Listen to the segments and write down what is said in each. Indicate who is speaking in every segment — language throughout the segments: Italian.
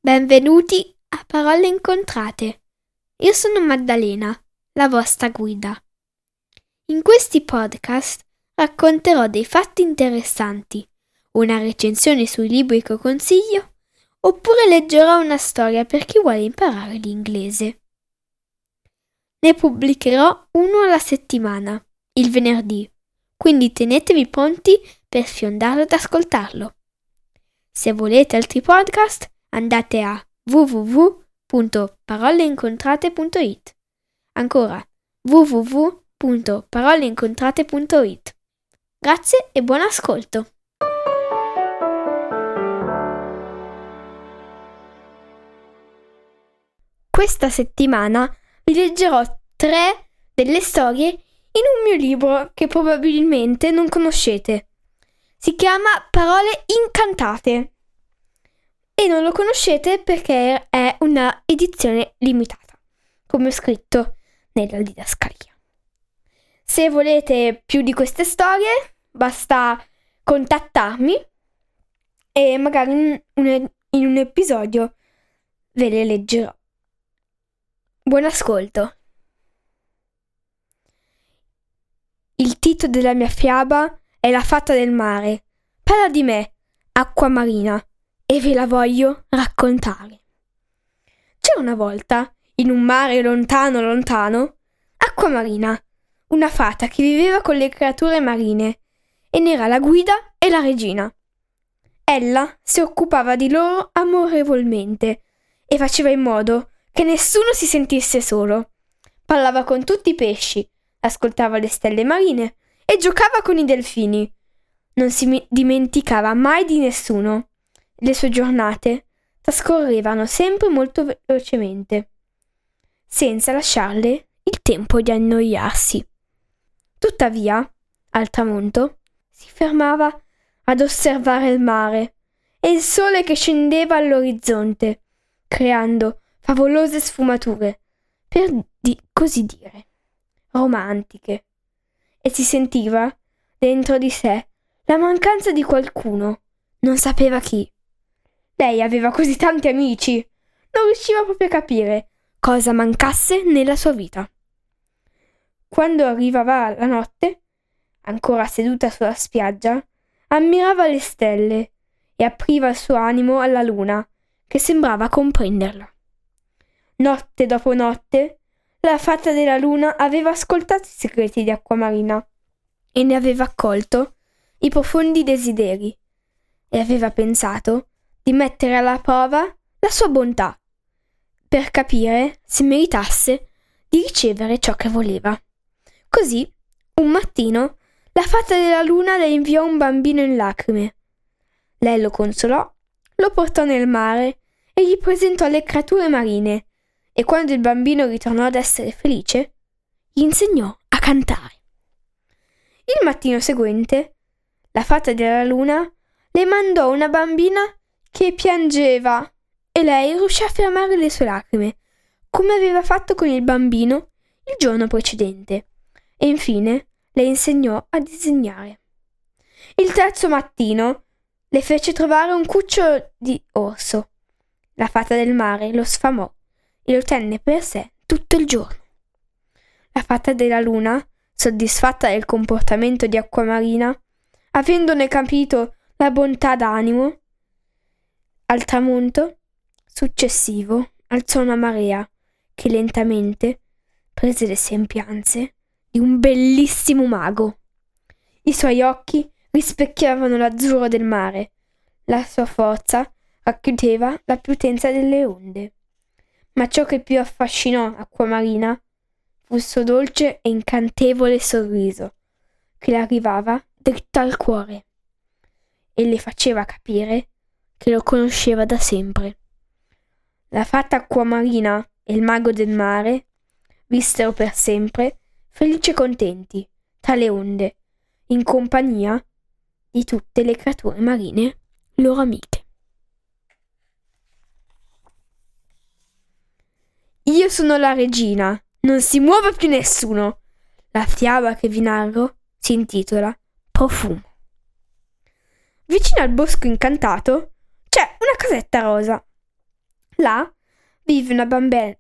Speaker 1: Benvenuti a Parole Incontrate. Io sono Maddalena, la vostra guida. In questi podcast racconterò dei fatti interessanti, una recensione sui libri che consiglio, oppure leggerò una storia per chi vuole imparare l'inglese. Ne pubblicherò uno alla settimana, il venerdì, quindi tenetevi pronti per fiondarlo ed ascoltarlo. Se volete altri podcast, andate a www.paroleincontrate.it. Ancora www.paroleincontrate.it. Grazie e buon ascolto. Questa settimana vi leggerò 3 delle storie in un mio libro che probabilmente non conoscete. Si chiama Parole Incantate. E non lo conoscete perché è una edizione limitata, come ho scritto nella didascalia. Se volete più di queste storie, basta contattarmi e magari in un episodio ve le leggerò. Buon ascolto! Il titolo della mia fiaba è La fata del mare. Parla di me, acqua marina. E ve la voglio raccontare. C'era una volta, in un mare lontano lontano, acqua marina, una fata che viveva con le creature marine e ne era la guida e la regina. Ella si occupava di loro amorevolmente e faceva in modo che nessuno si sentisse solo. Parlava con tutti i pesci, ascoltava le stelle marine e giocava con i delfini. Non si dimenticava mai di nessuno. Le sue giornate trascorrevano sempre molto velocemente, senza lasciarle il tempo di annoiarsi. Tuttavia, al tramonto, si fermava ad osservare il mare e il sole che scendeva all'orizzonte, creando favolose sfumature, per così dire, romantiche, e si sentiva dentro di sé la mancanza di qualcuno, non sapeva chi. Lei aveva così tanti amici, non riusciva proprio a capire cosa mancasse nella sua vita. Quando arrivava la notte, ancora seduta sulla spiaggia, ammirava le stelle e apriva il suo animo alla luna, che sembrava comprenderla. Notte dopo notte, la fata della luna aveva ascoltato i segreti di Acquamarina e ne aveva accolto i profondi desideri e aveva pensato di mettere alla prova la sua bontà, per capire se meritasse di ricevere ciò che voleva. Così, un mattino, la fata della luna le inviò un bambino in lacrime. Lei lo consolò, lo portò nel mare e gli presentò le creature marine, e quando il bambino ritornò ad essere felice, gli insegnò a cantare. Il mattino seguente, la fata della luna le mandò una bambina che piangeva e lei riuscì a fermare le sue lacrime, come aveva fatto con il bambino il giorno precedente, e infine le insegnò a disegnare. Il terzo mattino le fece trovare un cucciolo di orso. La fata del mare lo sfamò e lo tenne per sé tutto il giorno. La fata della luna, soddisfatta del comportamento di Acquamarina, avendone capito la bontà d'animo, al tramonto successivo alzò una marea che lentamente prese le sembianze di un bellissimo mago. I suoi occhi rispecchiavano l'azzurro del mare, la sua forza racchiudeva la potenza delle onde. Ma ciò che più affascinò Acquamarina fu il suo dolce e incantevole sorriso, che le arrivava dritto al cuore e le faceva capire che lo conosceva da sempre. La fata Acquamarina e il mago del mare vissero per sempre felici e contenti tra le onde, in compagnia di tutte le creature marine loro amiche. Io sono la regina, non si muove più nessuno. La fiaba che vi narro si intitola Profumo. Vicino al bosco incantato c'è una casetta rosa. Là vive una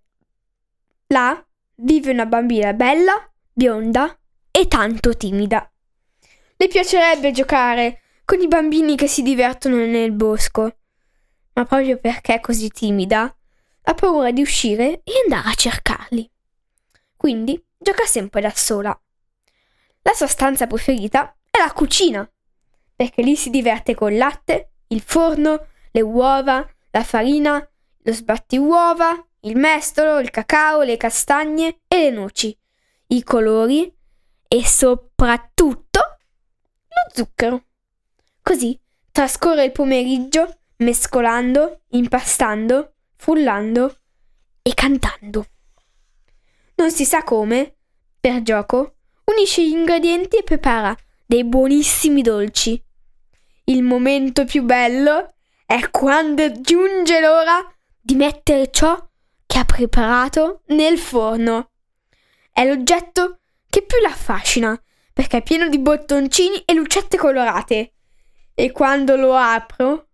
Speaker 1: bambina bella, bionda e tanto timida. Le piacerebbe giocare con i bambini che si divertono nel bosco, ma proprio perché è così timida, ha paura di uscire e andare a cercarli. Quindi gioca sempre da sola. La sua stanza preferita è la cucina, perché lì si diverte col latte, il forno, le uova, la farina, lo sbattiuova, il mestolo, il cacao, le castagne e le noci, i colori e soprattutto lo zucchero. Così trascorre il pomeriggio mescolando, impastando, frullando e cantando. Non si sa come, per gioco, unisce gli ingredienti e prepara dei buonissimi dolci. Il momento più bello è quando giunge l'ora di mettere ciò che ha preparato nel forno. È l'oggetto che più la affascina, perché è pieno di bottoncini e lucette colorate. E quando lo apre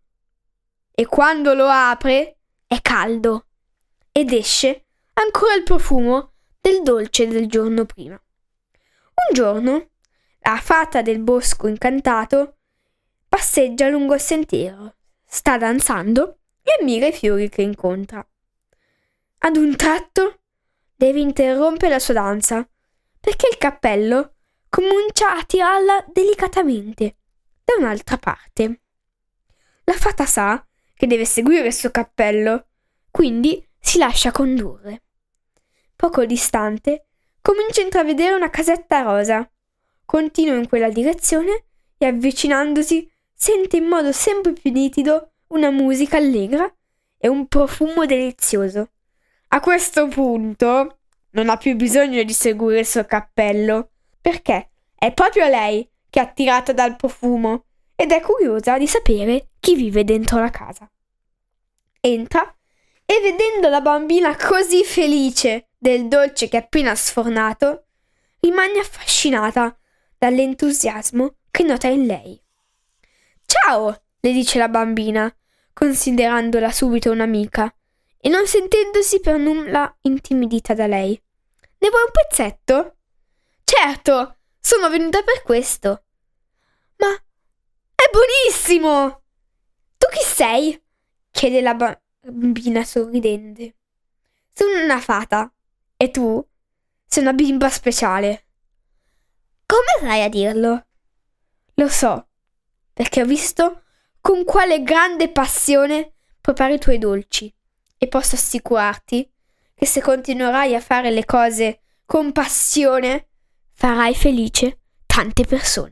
Speaker 1: è caldo ed esce ancora il profumo del dolce del giorno prima. Un giorno la fata del bosco incantato passeggia lungo il sentiero, sta danzando e ammira i fiori che incontra. Ad un tratto deve interrompere la sua danza perché il cappello comincia a tirarla delicatamente da un'altra parte. La fata sa che deve seguire il suo cappello, quindi si lascia condurre. Poco distante comincia a intravedere una casetta rosa. Continua in quella direzione e avvicinandosi sente in modo sempre più nitido una musica allegra e un profumo delizioso. A questo punto non ha più bisogno di seguire il suo cappello, perché è proprio lei che è attirata dal profumo ed è curiosa di sapere chi vive dentro la casa. Entra e vedendo la bambina così felice del dolce che ha appena sfornato, rimane affascinata dall'entusiasmo che nota in lei. «Ciao!» le dice la bambina, considerandola subito un'amica e non sentendosi per nulla intimidita da lei. «Ne vuoi un pezzetto?» «Certo! Sono venuta per questo!» «Ma è buonissimo!» «Tu chi sei?» chiede la bambina sorridente. «Sono una fata. E tu?» «Sei una bimba speciale.» «Come fai a dirlo?» «Lo so, perché ho visto con quale grande passione prepari i tuoi dolci e posso assicurarti che se continuerai a fare le cose con passione farai felice tante persone.»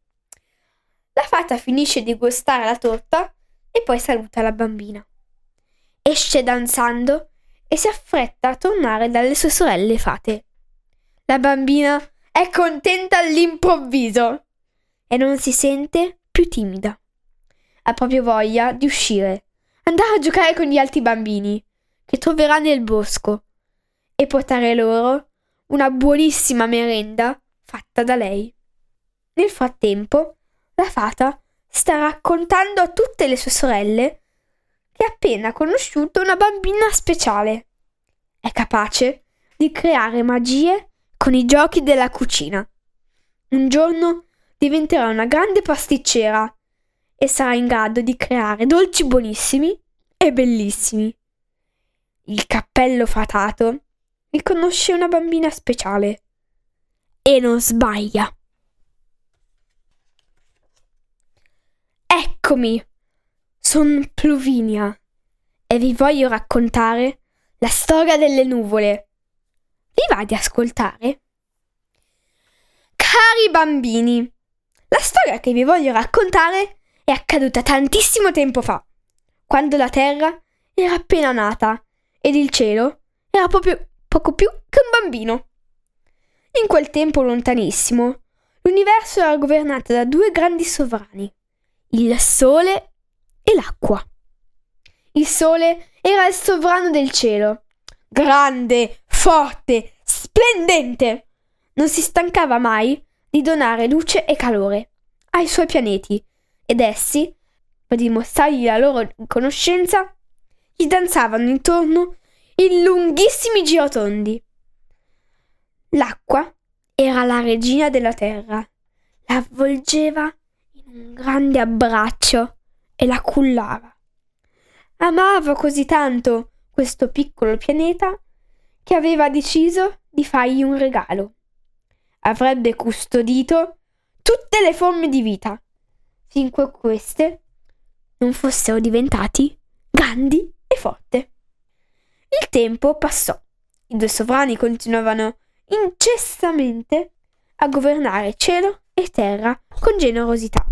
Speaker 1: La fata finisce di gustare la torta e poi saluta la bambina. Esce danzando e si affretta a tornare dalle sue sorelle fate. La bambina è contenta all'improvviso e non si sente più timida. Ha proprio voglia di uscire, andare a giocare con gli altri bambini che troverà nel bosco e portare loro una buonissima merenda fatta da lei. Nel frattempo, la fata sta raccontando a tutte le sue sorelle che ha appena conosciuto una bambina speciale. È capace di creare magie con i giochi della cucina. Un giorno diventerà una grande pasticcera e sarà in grado di creare dolci buonissimi e bellissimi. Il cappello fatato riconosce una bambina speciale e non sbaglia. Eccomi, sono Pluvinia e vi voglio raccontare la storia delle nuvole. Vi va di ascoltare? Cari bambini, la storia che vi voglio raccontare è accaduta tantissimo tempo fa, quando la Terra era appena nata ed il cielo era proprio poco più che un bambino. In quel tempo lontanissimo, l'universo era governato da due grandi sovrani, il Sole e l'acqua. Il Sole era il sovrano del cielo, grande, forte, splendente. Non si stancava mai di donare luce e calore ai suoi pianeti ed essi, per dimostrargli la loro conoscenza, gli danzavano intorno in lunghissimi girotondi. L'acqua era la regina della terra, la avvolgeva in un grande abbraccio e la cullava. Amava così tanto questo piccolo pianeta che aveva deciso di fargli un regalo. Avrebbe custodito tutte le forme di vita, finché queste non fossero diventati grandi e forti. Il tempo passò. I due sovrani continuavano incessantemente a governare cielo e terra con generosità.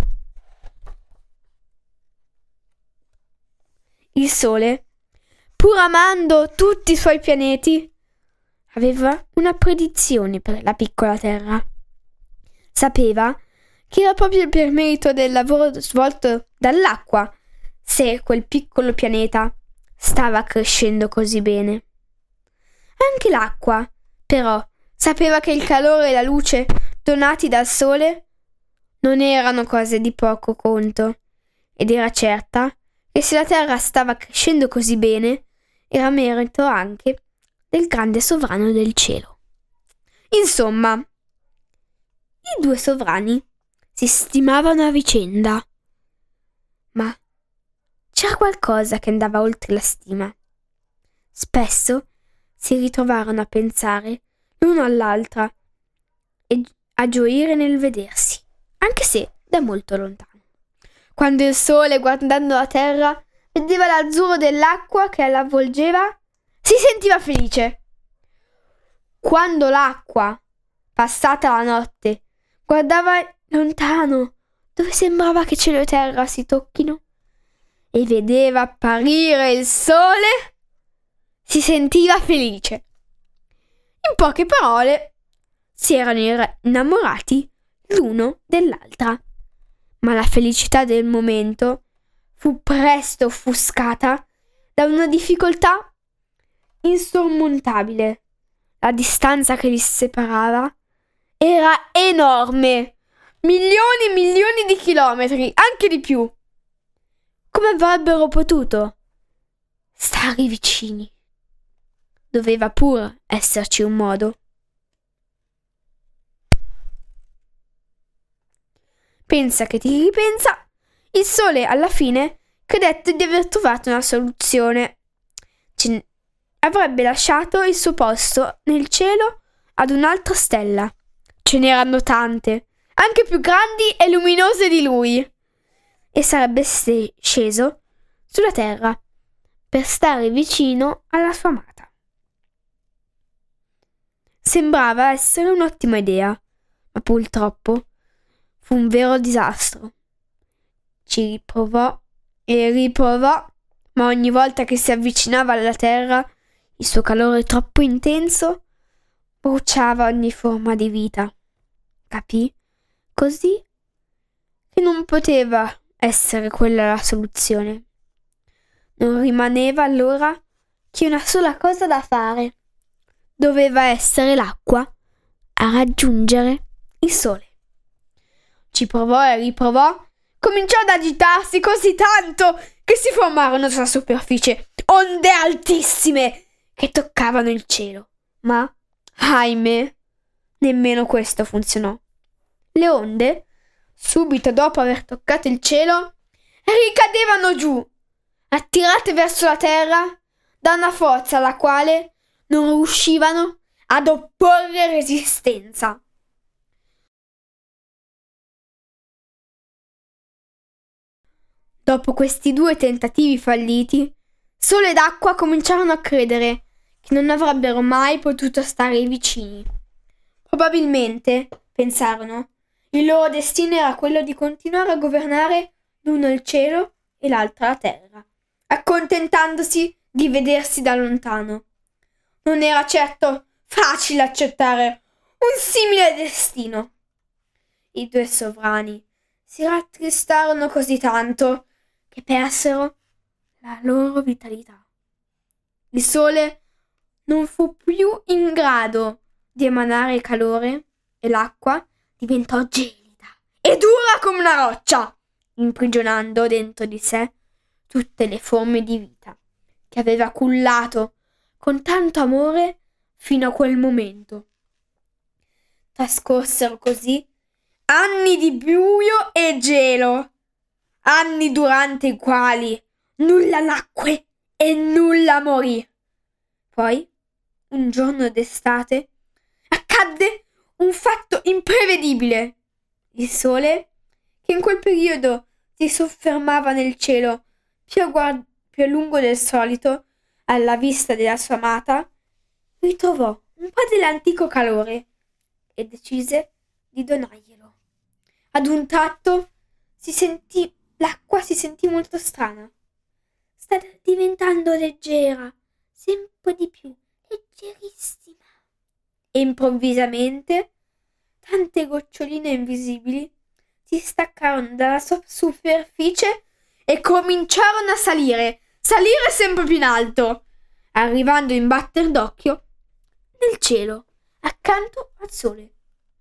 Speaker 1: Il Sole, pur amando tutti i suoi pianeti, aveva una predizione per la piccola Terra. Sapeva che era proprio per merito del lavoro svolto dall'acqua se quel piccolo pianeta stava crescendo così bene. Anche l'acqua, però, sapeva che il calore e la luce donati dal Sole non erano cose di poco conto, ed era certa che se la Terra stava crescendo così bene era merito anche del grande sovrano del cielo. Insomma, i due sovrani si stimavano a vicenda, ma c'era qualcosa che andava oltre la stima. Spesso si ritrovarono a pensare l'uno all'altra e a gioire nel vedersi, anche se da molto lontano. Quando il Sole, guardando la terra, vedeva l'azzurro dell'acqua che la avvolgeva, si sentiva felice. Quando l'acqua, passata la notte, guardava lontano, dove sembrava che cielo e terra si tocchino, e vedeva apparire il Sole, si sentiva felice. In poche parole, si erano innamorati l'uno dell'altra. Ma la felicità del momento fu presto offuscata da una difficoltà insormontabile. La distanza che li separava era enorme, milioni e milioni di chilometri, anche di più. Come avrebbero potuto stare vicini? Doveva pur esserci un modo. Pensa che ti ripensa, il Sole alla fine credette di aver trovato una soluzione. Avrebbe lasciato il suo posto nel cielo ad un'altra stella. Ce n'erano tante, anche più grandi e luminose di lui, e sarebbe sceso sulla terra per stare vicino alla sua amata. Sembrava essere un'ottima idea, ma purtroppo fu un vero disastro. Ci riprovò e riprovò, ma ogni volta che si avvicinava alla terra, il suo calore troppo intenso bruciava ogni forma di vita. Capì così che non poteva essere quella la soluzione. Non rimaneva allora che una sola cosa da fare. Doveva essere l'acqua a raggiungere il Sole. Ci provò e riprovò, cominciò ad agitarsi così tanto che si formarono sulla superficie onde altissime che toccavano il cielo. Ma, ahimè, nemmeno questo funzionò. Le onde, subito dopo aver toccato il cielo, ricadevano giù, attirate verso la terra da una forza alla quale non riuscivano ad opporre resistenza. Dopo questi due tentativi falliti, Sole ed Acqua cominciarono a credere che non avrebbero mai potuto stare vicini. Probabilmente, pensarono, il loro destino era quello di continuare a governare l'uno il cielo e l'altra la terra, accontentandosi di vedersi da lontano. Non era certo facile accettare un simile destino. I due sovrani si rattristarono così tanto che persero la loro vitalità. Il Sole non fu più in grado di emanare calore e l'acqua diventò gelida e dura come una roccia, imprigionando dentro di sé tutte le forme di vita che aveva cullato con tanto amore fino a quel momento. Trascorsero così anni di buio e gelo, anni durante i quali nulla nacque e nulla morì. Poi, un giorno d'estate, accadde un fatto imprevedibile. Il sole, che in quel periodo si soffermava nel cielo più a lungo del solito, alla vista della sua amata, ritrovò un po' dell'antico calore e decise di donarglielo. Ad un tratto l'acqua si sentì molto strana. Sta diventando leggera, sempre di più, leggerissima. E improvvisamente tante goccioline invisibili si staccarono dalla sua superficie e cominciarono a salire sempre più in alto, arrivando in batter d'occhio nel cielo, accanto al sole.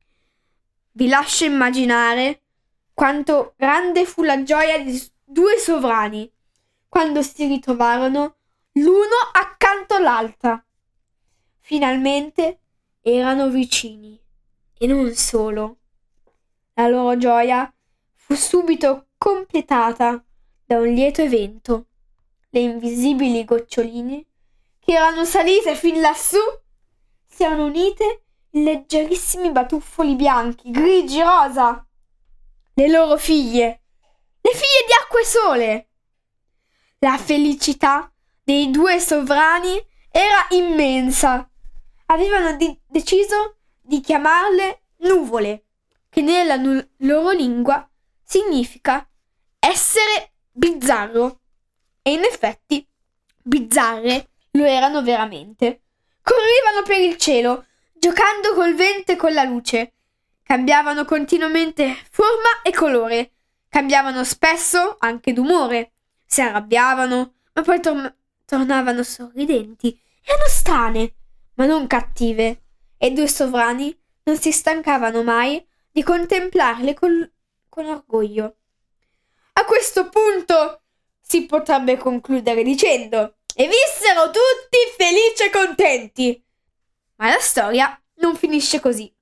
Speaker 1: Vi lascio immaginare quanto grande fu la gioia di due sovrani quando si ritrovarono l'uno accanto all'altra. Finalmente erano vicini, e non solo. La loro gioia fu subito completata da un lieto evento. Le invisibili goccioline, che erano salite fin lassù, si erano unite in leggerissimi batuffoli bianchi, grigi, rosa. Le loro figlie, le figlie di acqua e sole. La felicità dei due sovrani era immensa. Avevano deciso di chiamarle nuvole, che nella loro lingua significa essere bizzarro. E in effetti bizzarre lo erano veramente. Correvano per il cielo, giocando col vento e con la luce. Cambiavano continuamente forma e colore. Cambiavano spesso anche d'umore. Si arrabbiavano, ma poi tornavano sorridenti. Erano strane, ma non cattive. E i due sovrani non si stancavano mai di contemplarle con orgoglio. A questo punto si potrebbe concludere dicendo: e vissero tutti felici e contenti. Ma la storia non finisce così.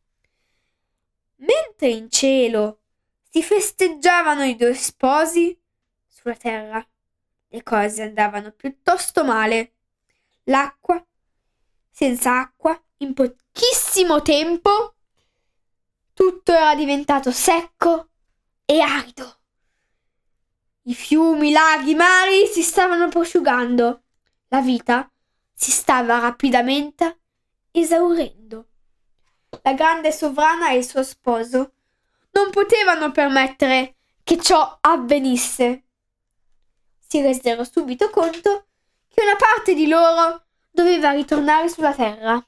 Speaker 1: Mentre in cielo si festeggiavano i due sposi, sulla terra le cose andavano piuttosto male. Senza acqua, in pochissimo tempo, tutto era diventato secco e arido. I fiumi, i laghi, i mari si stavano prosciugando. La vita si stava rapidamente esaurendo. La grande sovrana e il suo sposo non potevano permettere che ciò avvenisse. Si resero subito conto che una parte di loro doveva ritornare sulla terra.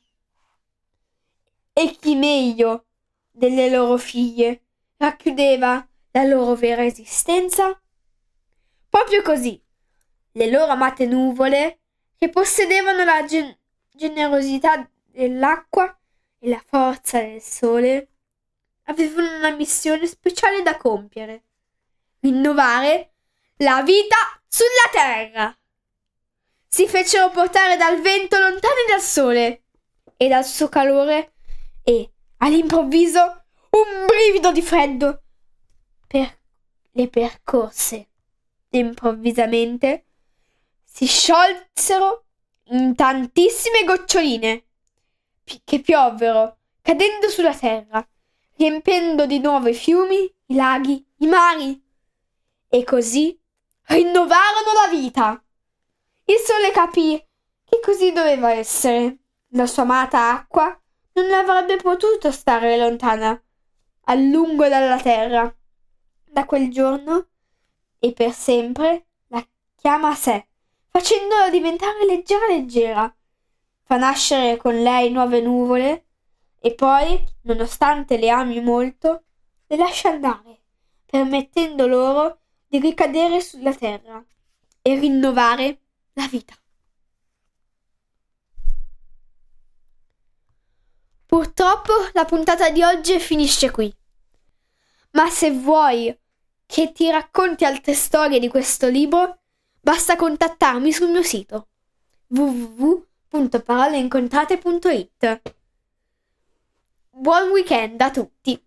Speaker 1: E chi meglio delle loro figlie racchiudeva la loro vera esistenza? Proprio così, le loro amate nuvole, che possedevano la generosità dell'acqua e la forza del sole, avevano una missione speciale da compiere: rinnovare la vita sulla terra. Si fecero portare dal vento lontani dal sole e dal suo calore, e all'improvviso un brivido di freddo le percorse. Improvvisamente si sciolsero in tantissime goccioline che piovvero cadendo sulla terra, riempiendo di nuovo i fiumi, i laghi, i mari, e così rinnovarono la vita. Il sole capì che così doveva essere. La sua amata acqua non avrebbe potuto stare lontana a lungo dalla terra. Da quel giorno e per sempre la chiama a sé, facendola diventare leggera. Fa nascere con lei nuove nuvole e poi, nonostante le ami molto, le lascia andare, permettendo loro di ricadere sulla terra e rinnovare la vita. Purtroppo la puntata di oggi finisce qui, ma se vuoi che ti racconti altre storie di questo libro,
Speaker 2: Basta contattarmi sul mio sito www.paroleincontrate.it. Buon weekend a tutti!